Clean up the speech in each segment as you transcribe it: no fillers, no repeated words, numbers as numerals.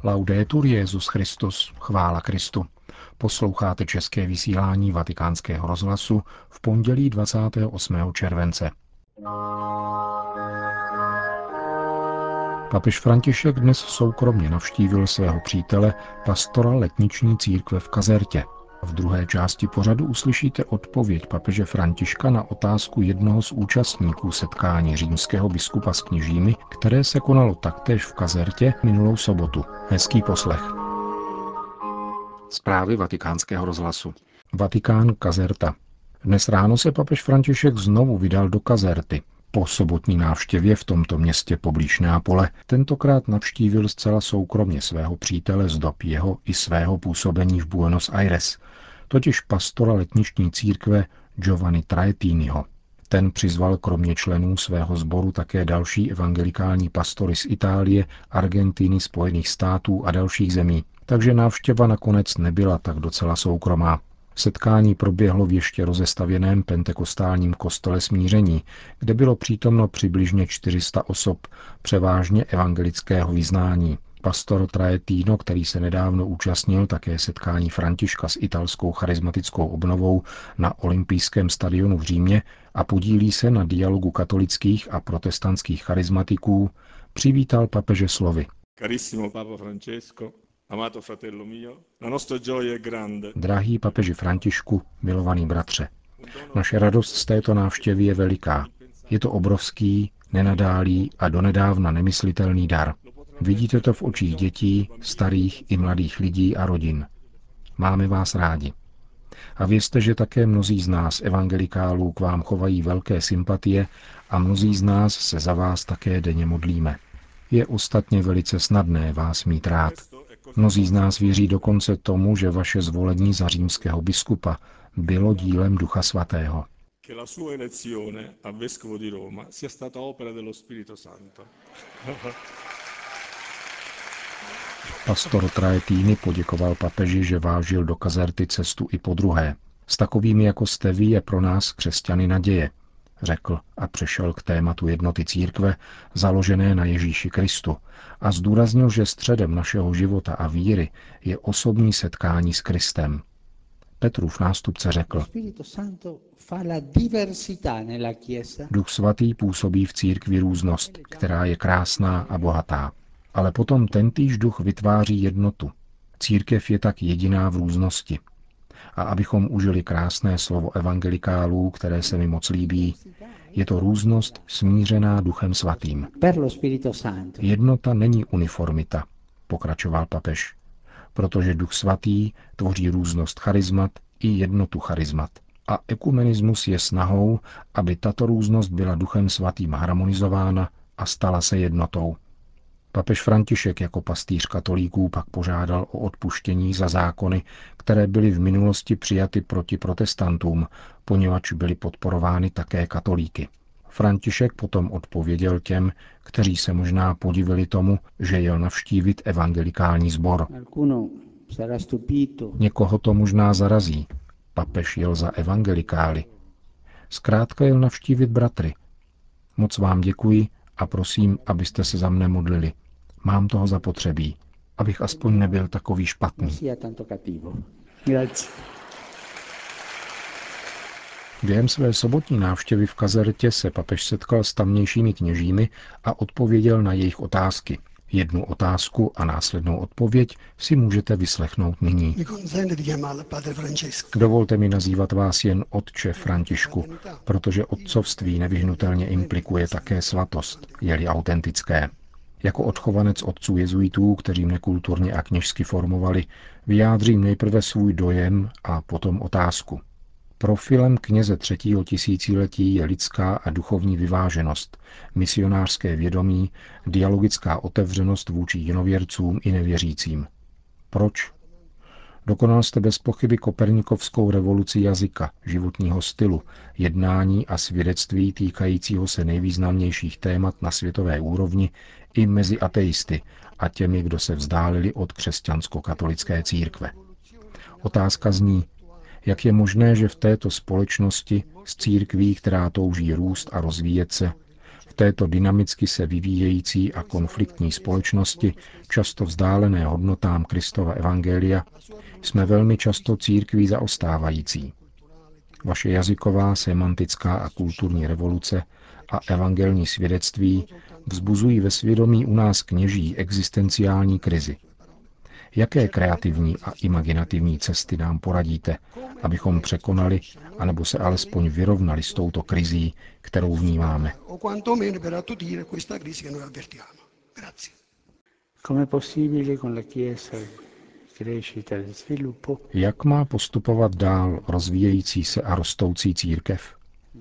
Laudetur Jesus Christus, chvála Kristu. Posloucháte české vysílání Vatikánského rozhlasu v pondělí 28. července. Papež František dnes soukromně navštívil svého přítele, pastora letniční církve v Kazertě. V druhé části pořadu uslyšíte odpověď papeže Františka na otázku jednoho z účastníků setkání římského biskupa s kněžími, které se konalo taktéž v Kazertě minulou sobotu. Hezký poslech. Zprávy Vatikánského rozhlasu. Vatikán, Kazerta. Dnes ráno se papež František znovu vydal do Kazerty. Po sobotní návštěvě v tomto městě poblíž Neapole tentokrát navštívil zcela soukromně svého přítele z dob jeho i svého působení v Buenos Aires, totiž pastora letniční církve Giovanni Traetiniho. Ten přizval kromě členů svého sboru také další evangelikální pastory z Itálie, Argentiny, Spojených států a dalších zemí, takže návštěva nakonec nebyla tak docela soukromá. Setkání proběhlo v ještě rozestavěném pentekostálním kostele Smíření, kde bylo přítomno přibližně 400 osob, převážně evangelického vyznání. Pastor Traetino, který se nedávno účastnil také setkání Františka s italskou charismatickou obnovou na olympijském stadionu v Římě a podílí se na dialogu katolických a protestantských charismatiků, přivítal papeže slovy. Carissimo Papa Francesco, amato fratello mio, la nostra gioia è grande. Drahý papeži Františku, milovaný bratře, naše radost z této návštěvy je veliká. Je to obrovský, nenadálý a donedávna nemyslitelný dar. Vidíte to v očích dětí, starých i mladých lidí a rodin. Máme vás rádi. A vězte, že také mnozí z nás evangelikálů k vám chovají velké sympatie a mnozí z nás se za vás také denně modlíme. Je ostatně velice snadné vás mít rád. Mnozí z nás věří dokonce tomu, že vaše zvolení za římského biskupa bylo dílem Ducha Svatého. Pastor Traetini poděkoval papeži, že vážil do Kazerty cestu i podruhé. S takovými jako jste vy je pro nás křesťany naděje, řekl a přešel k tématu jednoty církve, založené na Ježíši Kristu, a zdůraznil, že středem našeho života a víry je osobní setkání s Kristem. Petrův nástupce řekl: Duch svatý působí v církvi různost, která je krásná a bohatá. Ale potom tentýž duch vytváří jednotu. Církev je tak jediná v různosti. A abychom užili krásné slovo evangelikálů, které se mi moc líbí, je to různost smířená Duchem Svatým. Jednota není uniformita, pokračoval papež, protože Duch Svatý tvoří různost charizmat i jednotu charizmat. A ekumenismus je snahou, aby tato různost byla Duchem Svatým harmonizována a stala se jednotou. Papež František jako pastýř katolíků pak požádal o odpuštění za zákony, které byly v minulosti přijaty proti protestantům, poněvadž byly podporovány také katolíky. František potom odpověděl těm, kteří se možná podivili tomu, že jel navštívit evangelikální sbor. Někoho to možná zarazí. Papež jel za evangelikály. Zkrátka jel navštívit bratry. Moc vám děkuji a prosím, abyste se za mne modlili. Mám toho zapotřebí, abych aspoň nebyl takový špatný. Během své sobotní návštěvy v Kazertě se papež setkal s tamnějšími kněžími a odpověděl na jejich otázky. Jednu otázku a následnou odpověď si můžete vyslechnout nyní. Dovolte mi nazývat vás jen otče Františku, protože otcovství nevyhnutelně implikuje také svatost, je-li autentické. Jako odchovanec otců jezuitů, kteří mne kulturně a kněžsky formovali, vyjádřím nejprve svůj dojem a potom otázku. Profilem kněze 3. tisíciletí je lidská a duchovní vyváženost, misionářské vědomí, dialogická otevřenost vůči jinověrcům i nevěřícím. Proč? Dokonal jste bez pochyby kopernikovskou revoluci jazyka, životního stylu, jednání a svědectví týkajícího se nejvýznamnějších témat na světové úrovni i mezi ateisty a těmi, kdo se vzdálili od křesťansko-katolické církve. Otázka zní, jak je možné, že v této společnosti s církví, která touží růst a rozvíjet se, v V této dynamicky se vyvíjející a konfliktní společnosti, často vzdálené hodnotám Kristova evangelia, jsme velmi často církví zaostávající. Vaše jazyková, semantická a kulturní revoluce a evangelní svědectví vzbuzují ve svědomí u nás kněží existenciální krizi. Jaké kreativní a imaginativní cesty nám poradíte, abychom překonali, anebo se alespoň vyrovnali s touto krizí, kterou vnímáme? Jak má postupovat dál rozvíjející se a rostoucí církev?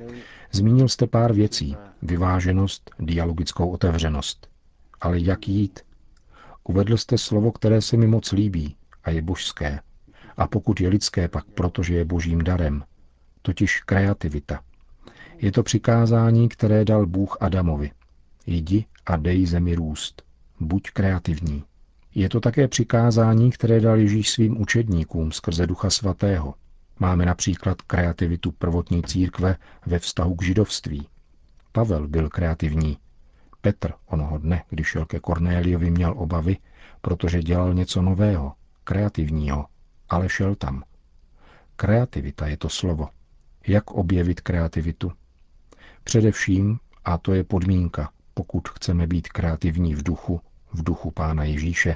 Zmínil jste pár věcí, vyváženost, dialogickou otevřenost. Ale jak jít? Uvedl jste slovo, které se mi moc líbí a je božské. A pokud je lidské, pak protože je božím darem, totiž kreativita. Je to přikázání, které dal Bůh Adamovi. Jdi a dej zemi růst. Buď kreativní. Je to také přikázání, které dal Ježíš svým učedníkům skrze Ducha Svatého. Máme například kreativitu prvotní církve ve vztahu k židovství. Pavel byl kreativní. Petr onoho dne, když šel ke Kornéliovi, měl obavy, protože dělal něco nového, kreativního, ale šel tam. Kreativita je to slovo. Jak objevit kreativitu? Především, a to je podmínka, pokud chceme být kreativní v duchu Pána Ježíše,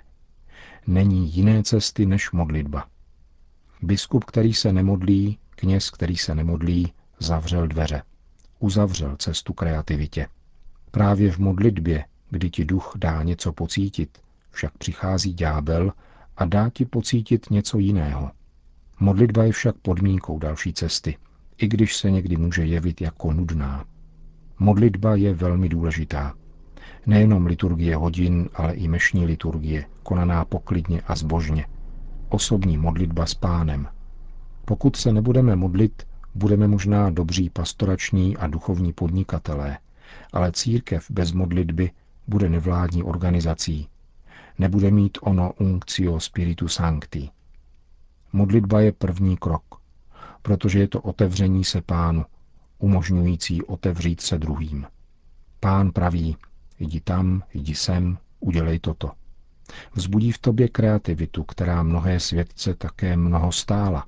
není jiné cesty než modlitba. Biskup, který se nemodlí, kněz, který se nemodlí, zavřel dveře. Uzavřel cestu kreativitě. Právě v modlitbě, kdy ti duch dá něco pocítit, však přichází ďábel a dá ti pocítit něco jiného. Modlitba je však podmínkou další cesty, i když se někdy může jevit jako nudná. Modlitba je velmi důležitá. Nejenom liturgie hodin, ale i mešní liturgie, konaná poklidně a zbožně. Osobní modlitba s Pánem. Pokud se nebudeme modlit, budeme možná dobří pastorační a duchovní podnikatelé, ale církev bez modlitby bude nevládní organizací. Nebude mít ono unctio spiritu sancti. Modlitba je první krok, protože je to otevření se Pánu, umožňující otevřít se druhým. Pán praví, jdi tam, jdi sem, udělej toto. Vzbudí v tobě kreativitu, která mnohé světce také mnoho stála.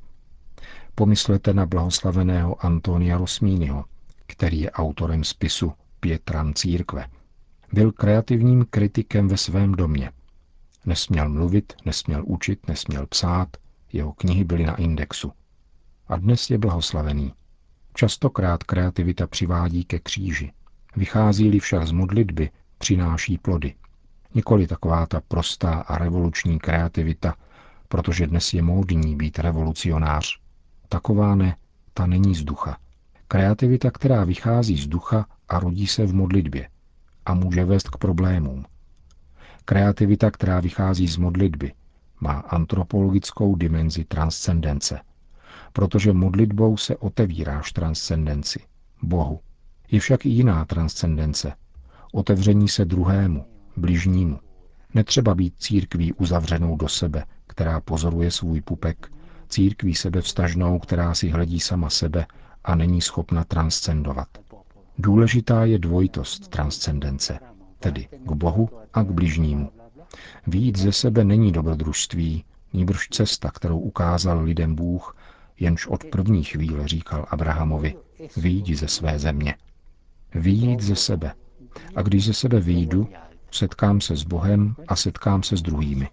Pomyslete na blahoslaveného Antonia Rosminiho, který je autorem spisu Pietram církve. Byl kreativním kritikem ve svém domě. Nesměl mluvit, nesměl učit, nesměl psát, jeho knihy byly na indexu. A dnes je blahoslavený. Častokrát kreativita přivádí ke kříži. Vychází-li však z modlitby, přináší plody. Nikoli taková ta prostá a revoluční kreativita, protože dnes je módní být revolucionář. Taková ne, ta není z ducha. Kreativita, která vychází z ducha a rodí se v modlitbě a může vést k problémům. Kreativita, která vychází z modlitby, má antropologickou dimenzi transcendence, protože modlitbou se otevíráš transcendenci, Bohu. Je však i jiná transcendence, otevření se druhému, bližnímu. Netřeba být církví uzavřenou do sebe, která pozoruje svůj pupek, církví sebevztažnou, která si hledí sama sebe a není schopna transcendovat. Důležitá je dvojitost transcendence, tedy k Bohu a k bližnímu. Vyjít ze sebe není dobrodružství, nýbrž cesta, kterou ukázal lidem Bůh, jenž od první chvíle říkal Abrahamovi, vyjdi ze své země. Vyjít ze sebe. A když ze sebe vyjdu, setkám se s Bohem a setkám se s druhými.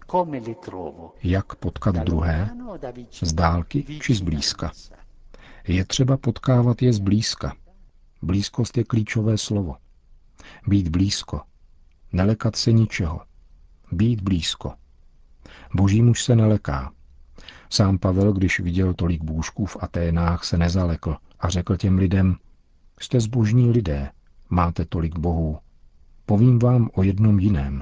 Jak potkat druhé? Z dálky či z blízka? Je třeba potkávat je zblízka. Blízkost je klíčové slovo. Být blízko. Nelekat se ničeho. Být blízko. Boží muž se neleká. Sám Pavel, když viděl tolik bůžků v Aténách, se nezalekl a řekl těm lidem, jste zbožní lidé, máte tolik bohů. Povím vám o jednom jiném.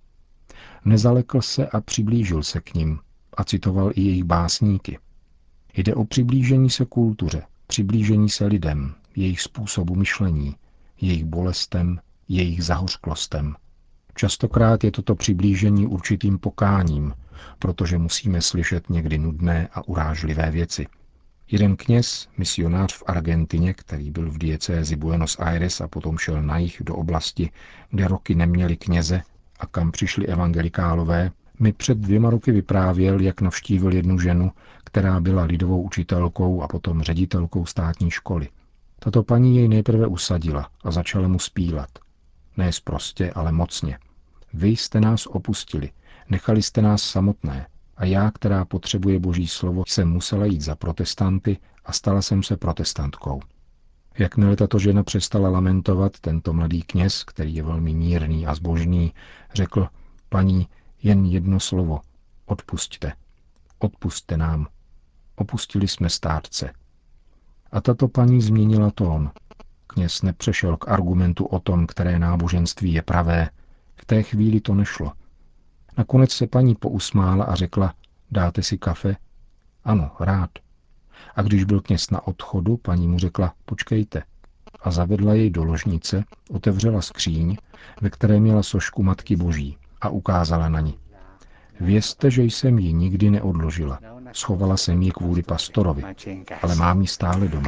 Nezalekl se a přiblížil se k nim a citoval i jejich básníky. Jde o přiblížení se kultuře, přiblížení se lidem, jejich způsobu myšlení, jejich bolestem, jejich zahořklostem. Častokrát je toto přiblížení určitým pokáním, protože musíme slyšet někdy nudné a urážlivé věci. Jeden kněz, misionář v Argentině, který byl v diecézi Buenos Aires a potom šel na jih do oblasti, kde roky neměli kněze a kam přišli evangelikálové, mi před 2 roky vyprávěl, jak navštívil jednu ženu, která byla lidovou učitelkou a potom ředitelkou státní školy. Tato paní jej nejprve usadila a začala mu zpívat. Ne sprostě, ale mocně. Vy jste nás opustili, nechali jste nás samotné a já, která potřebuje Boží slovo, jsem musela jít za protestanty a stala jsem se protestantkou. Jakmile tato žena přestala lamentovat, tento mladý kněz, který je velmi mírný a zbožný, řekl: paní, jen jedno slovo, odpusťte. Odpusťte nám. Opustili jsme státce. A tato paní změnila tón. Kněz nepřešel k argumentu o tom, které náboženství je pravé. V té chvíli to nešlo. Nakonec se paní pousmála a řekla: dáte si kafe? Ano, rád. A když byl kněz na odchodu, paní mu řekla: počkejte. A zavedla jej do ložnice, otevřela skříň, ve které měla sošku Matky Boží a ukázala na ní. Vězte, že jsem ji nikdy neodložila. Schovala jsem ji kvůli pastorovi, ale mám ji stále doma.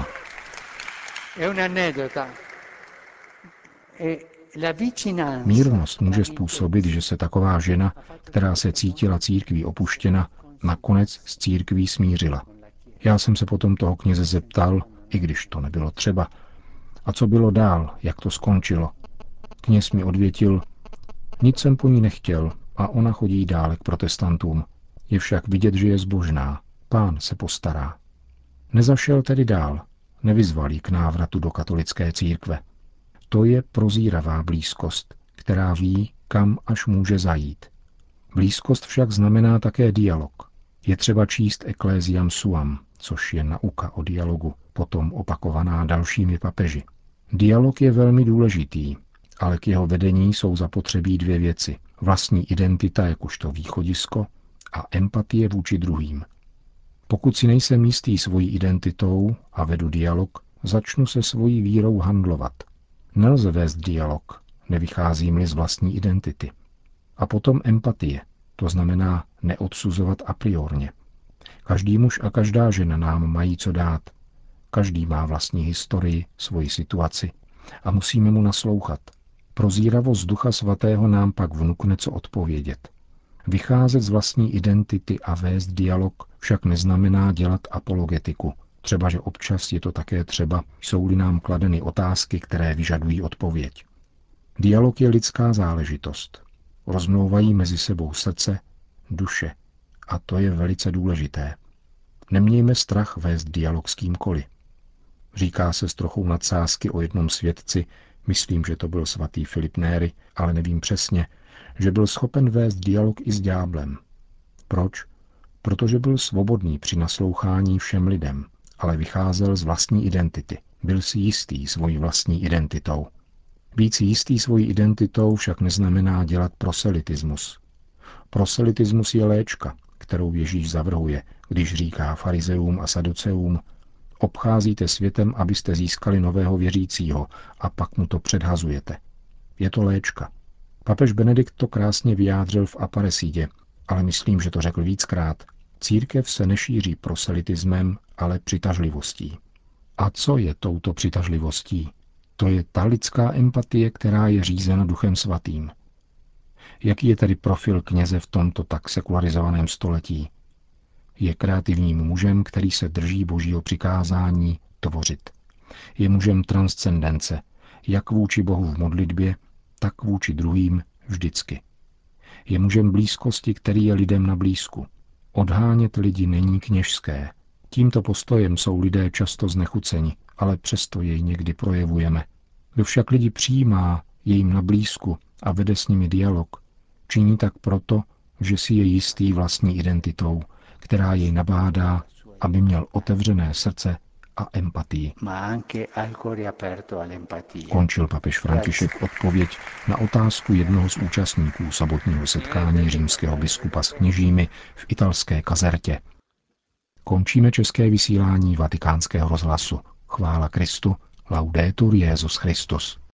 Mírnost může způsobit, že se taková žena, která se cítila církví opuštěna, nakonec s církví smířila. Já jsem se potom toho kněze zeptal, i když to nebylo třeba, a co bylo dál, jak to skončilo. Kněz mi odvětil: nic jsem po ní nechtěl a ona chodí dále k protestantům. Je však vidět, že je zbožná. Pán se postará. Nezašel tedy dál, nevyzval jí k návratu do katolické církve. To je prozíravá blízkost, která ví, kam až může zajít. Blízkost však znamená také dialog. Je třeba číst Ecclesiam Suam, což je nauka o dialogu, potom opakovaná dalšími papeži. Dialog je velmi důležitý, ale k jeho vedení jsou zapotřebí 2 věci. Vlastní identita jakožto východisko a empatie vůči druhým. Pokud si nejsem jistý svojí identitou a vedu dialog, začnu se svojí vírou handlovat. Nelze vést dialog, nevycházím-li z vlastní identity. A potom empatie, to znamená neodsuzovat a priorně. Každý muž a každá žena nám mají co dát. Každý má vlastní historii, svoji situaci a musíme mu naslouchat. Prozíravost Ducha Svatého nám pak vnukne co odpovědět. Vycházet z vlastní identity a vést dialog však neznamená dělat apologetiku. Třeba, že občas je to také třeba, jsou-li nám kladeny otázky, které vyžadují odpověď. Dialog je lidská záležitost. Rozmlouvají mezi sebou srdce, duše. A to je velice důležité. Nemějme strach vést dialog s kýmkoliv. Říká se s trochou nadsázky o jednom svědci, myslím, že to byl svatý Filip Néry, ale nevím přesně, že byl schopen vést dialog i s ďáblem. Proč? Protože byl svobodný při naslouchání všem lidem, ale vycházel z vlastní identity. Byl si jistý svojí vlastní identitou. Být si jistý svojí identitou však neznamená dělat proselitismus. Proselitismus je léčka, kterou Ježíš zavrhuje, když říká farizeům a saduceům: obcházíte světem, abyste získali nového věřícího, a pak mu to předhazujete. Je to léčka. Papež Benedikt to krásně vyjádřil v Aparecidě, ale myslím, že to řekl víckrát. Církev se nešíří proselitismem, ale přitažlivostí. A co je touto přitažlivostí? To je ta lidská empatie, která je řízena Duchem Svatým. Jaký je tedy profil kněze v tomto tak sekularizovaném století? Je kreativním mužem, který se drží Božího přikázání tvořit. Je mužem transcendence, jak vůči Bohu v modlitbě, tak vůči druhým vždycky. Je mužem blízkosti, který je lidem na blízku. Odhánět lidi není kněžské. Tímto postojem jsou lidé často znechuceni, ale přesto jej někdy projevujeme. Kdo však lidi přijímá, je jim na blízku a vede s nimi dialog, činí tak proto, že si je jistý vlastní identitou, která jej nabádá, aby měl otevřené srdce a empatii. Končil papež František odpověď na otázku jednoho z účastníků sobotního setkání římského biskupa s kněžími v italské Kazertě. Končíme české vysílání Vatikánského rozhlasu. Chvála Kristu, laudetur Jesus Christus.